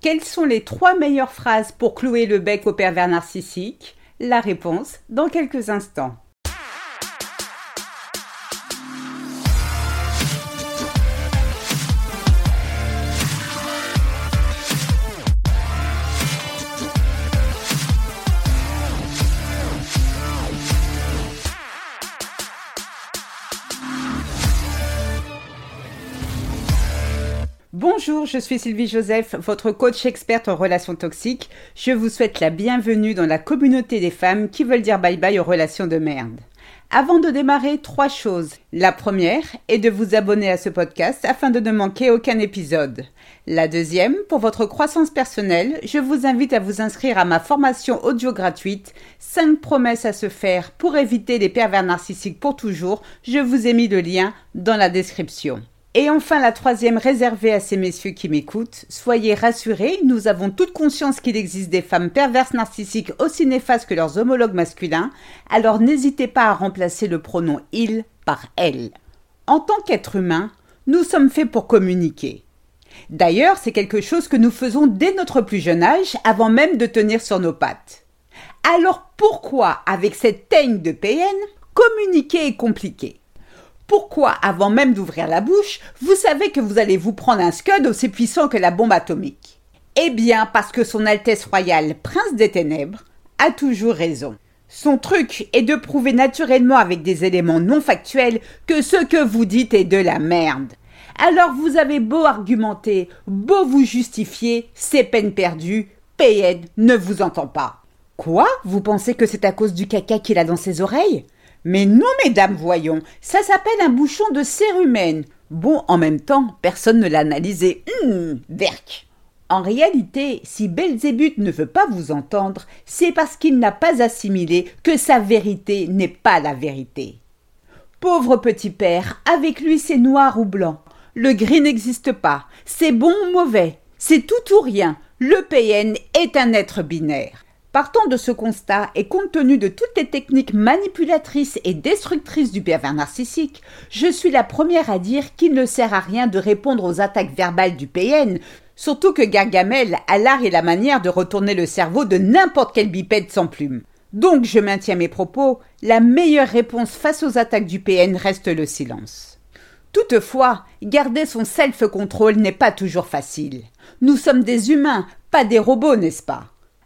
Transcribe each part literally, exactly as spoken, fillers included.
Quelles sont les trois meilleures phrases pour clouer le bec au pervers narcissique? La réponse dans quelques instants. Bonjour, je suis Sylvie Joseph, votre coach experte en relations toxiques. Je vous souhaite la bienvenue dans la communauté des femmes qui veulent dire bye-bye aux relations de merde. Avant de démarrer, trois choses. La première est de vous abonner à ce podcast afin de ne manquer aucun épisode. La deuxième, pour votre croissance personnelle, je vous invite à vous inscrire à ma formation audio gratuite cinq promesses à se faire pour éviter les pervers narcissiques pour toujours. Je vous ai mis le lien dans la description. Et enfin, la troisième réservée à ces messieurs qui m'écoutent. Soyez rassurés, nous avons toute conscience qu'il existe des femmes perverses narcissiques aussi néfastes que leurs homologues masculins, alors n'hésitez pas à remplacer le pronom « il » par « elle ». En tant qu'être humain, nous sommes faits pour communiquer. D'ailleurs, c'est quelque chose que nous faisons dès notre plus jeune âge, avant même de tenir sur nos pattes. Alors pourquoi, avec cette teigne de P N, communiquer est compliqué ? Pourquoi, avant même d'ouvrir la bouche, vous savez que vous allez vous prendre un scud aussi puissant que la bombe atomique? Eh bien, parce que son Altesse Royale, Prince des Ténèbres, a toujours raison. Son truc est de prouver naturellement avec des éléments non factuels que ce que vous dites est de la merde. Alors vous avez beau argumenter, beau vous justifier, c'est peine perdue, P N ne vous entend pas. Quoi? Vous pensez que c'est à cause du caca qu'il a dans ses oreilles? Mais non, mesdames, voyons, ça s'appelle un bouchon de cérumen. Bon, en même temps, personne ne l'a analysé. Hum, berk. En réalité, si Belzébuth ne veut pas vous entendre, c'est parce qu'il n'a pas assimilé que sa vérité n'est pas la vérité. Pauvre petit père, avec lui c'est noir ou blanc. Le gris n'existe pas, c'est bon ou mauvais, c'est tout ou rien. Le P N est un être binaire. Partant de ce constat et compte tenu de toutes les techniques manipulatrices et destructrices du pervers narcissique, je suis la première à dire qu'il ne sert à rien de répondre aux attaques verbales du P N, surtout que Gargamel a l'art et la manière de retourner le cerveau de n'importe quel bipède sans plume. Donc je maintiens mes propos, la meilleure réponse face aux attaques du P N reste le silence. Toutefois, garder son self-control n'est pas toujours facile. Nous sommes des humains, pas des robots, n'est-ce pas ?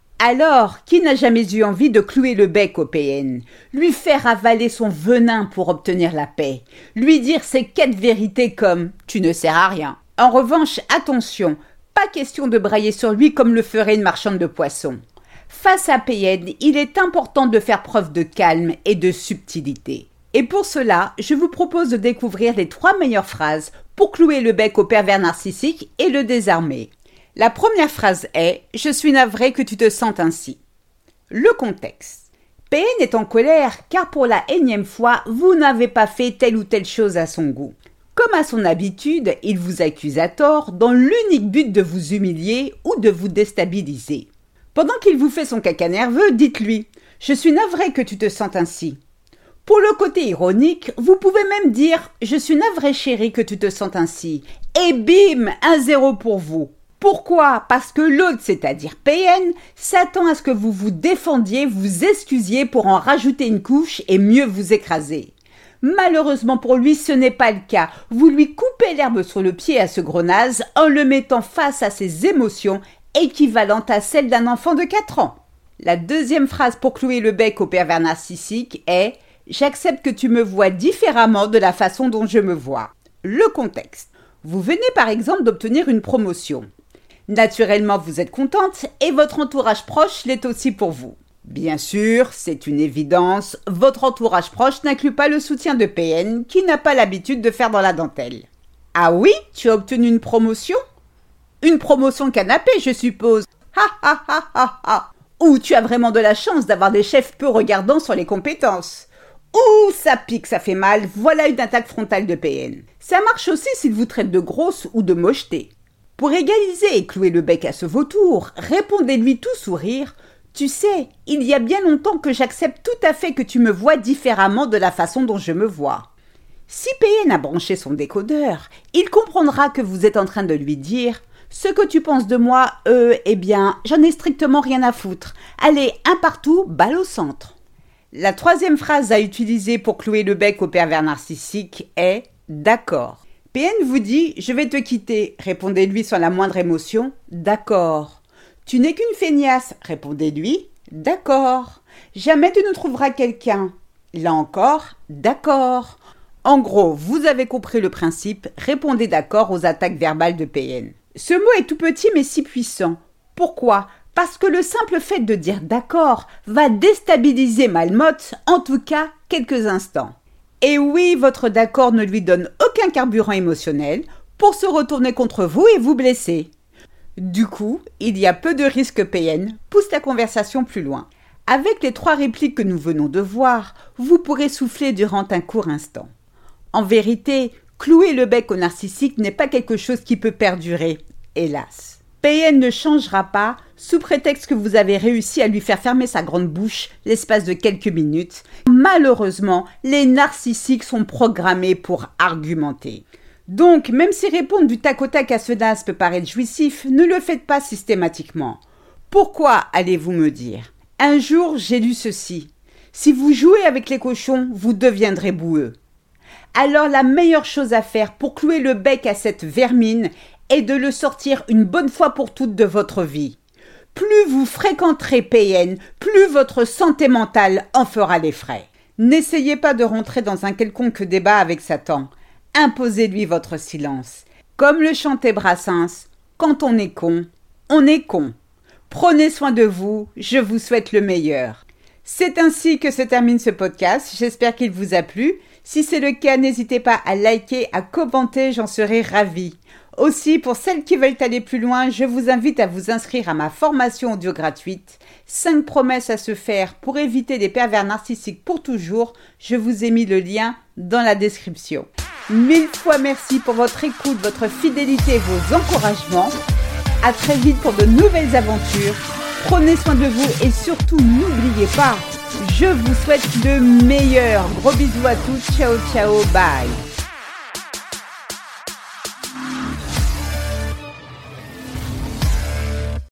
Alors, qui n'a jamais eu envie de clouer le bec au P N, lui faire avaler son venin pour obtenir la paix, lui dire ses quatre vérités comme « tu ne sers à rien ». En revanche, attention, pas question de brailler sur lui comme le ferait une marchande de poissons. Face à P N, il est important de faire preuve de calme et de subtilité. Et pour cela, je vous propose de découvrir les trois meilleures phrases pour clouer le bec au pervers narcissique et le désarmer. La première phrase est « Je suis navré que tu te sentes ainsi ». Le contexte. P N est en colère car pour la énième fois, vous n'avez pas fait telle ou telle chose à son goût. Comme à son habitude, il vous accuse à tort dans l'unique but de vous humilier ou de vous déstabiliser. Pendant qu'il vous fait son caca nerveux, dites-lui « Je suis navré que tu te sentes ainsi ». Pour le côté ironique, vous pouvez même dire « Je suis navré chérie que tu te sentes ainsi ». Et bim, un zéro pour vous. Pourquoi? Parce que l'autre, c'est-à-dire P N, s'attend à ce que vous vous défendiez, vous excusiez pour en rajouter une couche et mieux vous écraser. Malheureusement pour lui, ce n'est pas le cas. Vous lui coupez l'herbe sur le pied à ce gros naze en le mettant face à ses émotions équivalentes à celles d'un enfant de quatre ans. La deuxième phrase pour clouer le bec au pervers narcissique est « J'accepte que tu me vois différemment de la façon dont je me vois ». Le contexte. Vous venez par exemple d'obtenir une promotion. Naturellement, vous êtes contente et votre entourage proche l'est aussi pour vous. Bien sûr, c'est une évidence, votre entourage proche n'inclut pas le soutien de P N qui n'a pas l'habitude de faire dans la dentelle. Ah oui, tu as obtenu une promotion? Une promotion canapé, je suppose. Ha ha ha ha ha. Ou tu as vraiment de la chance d'avoir des chefs peu regardants sur les compétences. Ouh, ça pique, ça fait mal, voilà une attaque frontale de P N. Ça marche aussi s'il vous traite de grosse ou de mocheté. Pour égaliser et clouer le bec à ce vautour, répondez-lui tout sourire « Tu sais, il y a bien longtemps que j'accepte tout à fait que tu me vois différemment de la façon dont je me vois. » Si P N a branché son décodeur, il comprendra que vous êtes en train de lui dire Ce que tu penses de moi, euh, eh bien, j'en ai strictement rien à foutre. Allez, un partout, balle au centre. La troisième phrase à utiliser pour clouer le bec au pervers narcissique est « d'accord ». P N vous dit « je vais te quitter », répondez-lui sans la moindre émotion « d'accord ». « Tu n'es qu'une feignasse », répondez-lui « d'accord ». « Jamais tu ne trouveras quelqu'un ». Là encore « d'accord ». En gros, vous avez compris le principe, répondez d'accord aux attaques verbales de P N. Ce mot est tout petit mais si puissant. Pourquoi ? Parce que le simple fait de dire d'accord va déstabiliser Malmotte, en tout cas quelques instants. Et oui, votre d'accord ne lui donne aucun carburant émotionnel pour se retourner contre vous et vous blesser. Du coup, il y a peu de risque que P N pousse la conversation plus loin. Avec les trois répliques que nous venons de voir, vous pourrez souffler durant un court instant. En vérité, clouer le bec au narcissique n'est pas quelque chose qui peut perdurer, hélas. P N ne changera pas sous prétexte que vous avez réussi à lui faire fermer sa grande bouche l'espace de quelques minutes. Malheureusement, les narcissiques sont programmés pour argumenter. Donc, même si répondre du tac au tac à ce naze peut paraître jouissif, ne le faites pas systématiquement. Pourquoi, allez-vous me dire ? Un jour, j'ai lu ceci. Si vous jouez avec les cochons, vous deviendrez boueux. Alors la meilleure chose à faire pour clouer le bec à cette vermine est de le sortir une bonne fois pour toutes de votre vie. Plus vous fréquenterez P N, plus votre santé mentale en fera les frais. N'essayez pas de rentrer dans un quelconque débat avec Satan. Imposez-lui votre silence. Comme le chantait Brassens, quand on est con, on est con. Prenez soin de vous, je vous souhaite le meilleur. C'est ainsi que se termine ce podcast, j'espère qu'il vous a plu. Si c'est le cas, n'hésitez pas à liker, à commenter, j'en serai ravie. Aussi, pour celles qui veulent aller plus loin, je vous invite à vous inscrire à ma formation audio gratuite. cinq promesses à se faire pour éviter les pervers narcissiques pour toujours. Je vous ai mis le lien dans la description. Mille fois merci pour votre écoute, votre fidélité et vos encouragements. À très vite pour de nouvelles aventures. Prenez soin de vous et surtout n'oubliez pas, je vous souhaite le meilleur. Gros bisous à tous. Ciao, ciao, bye.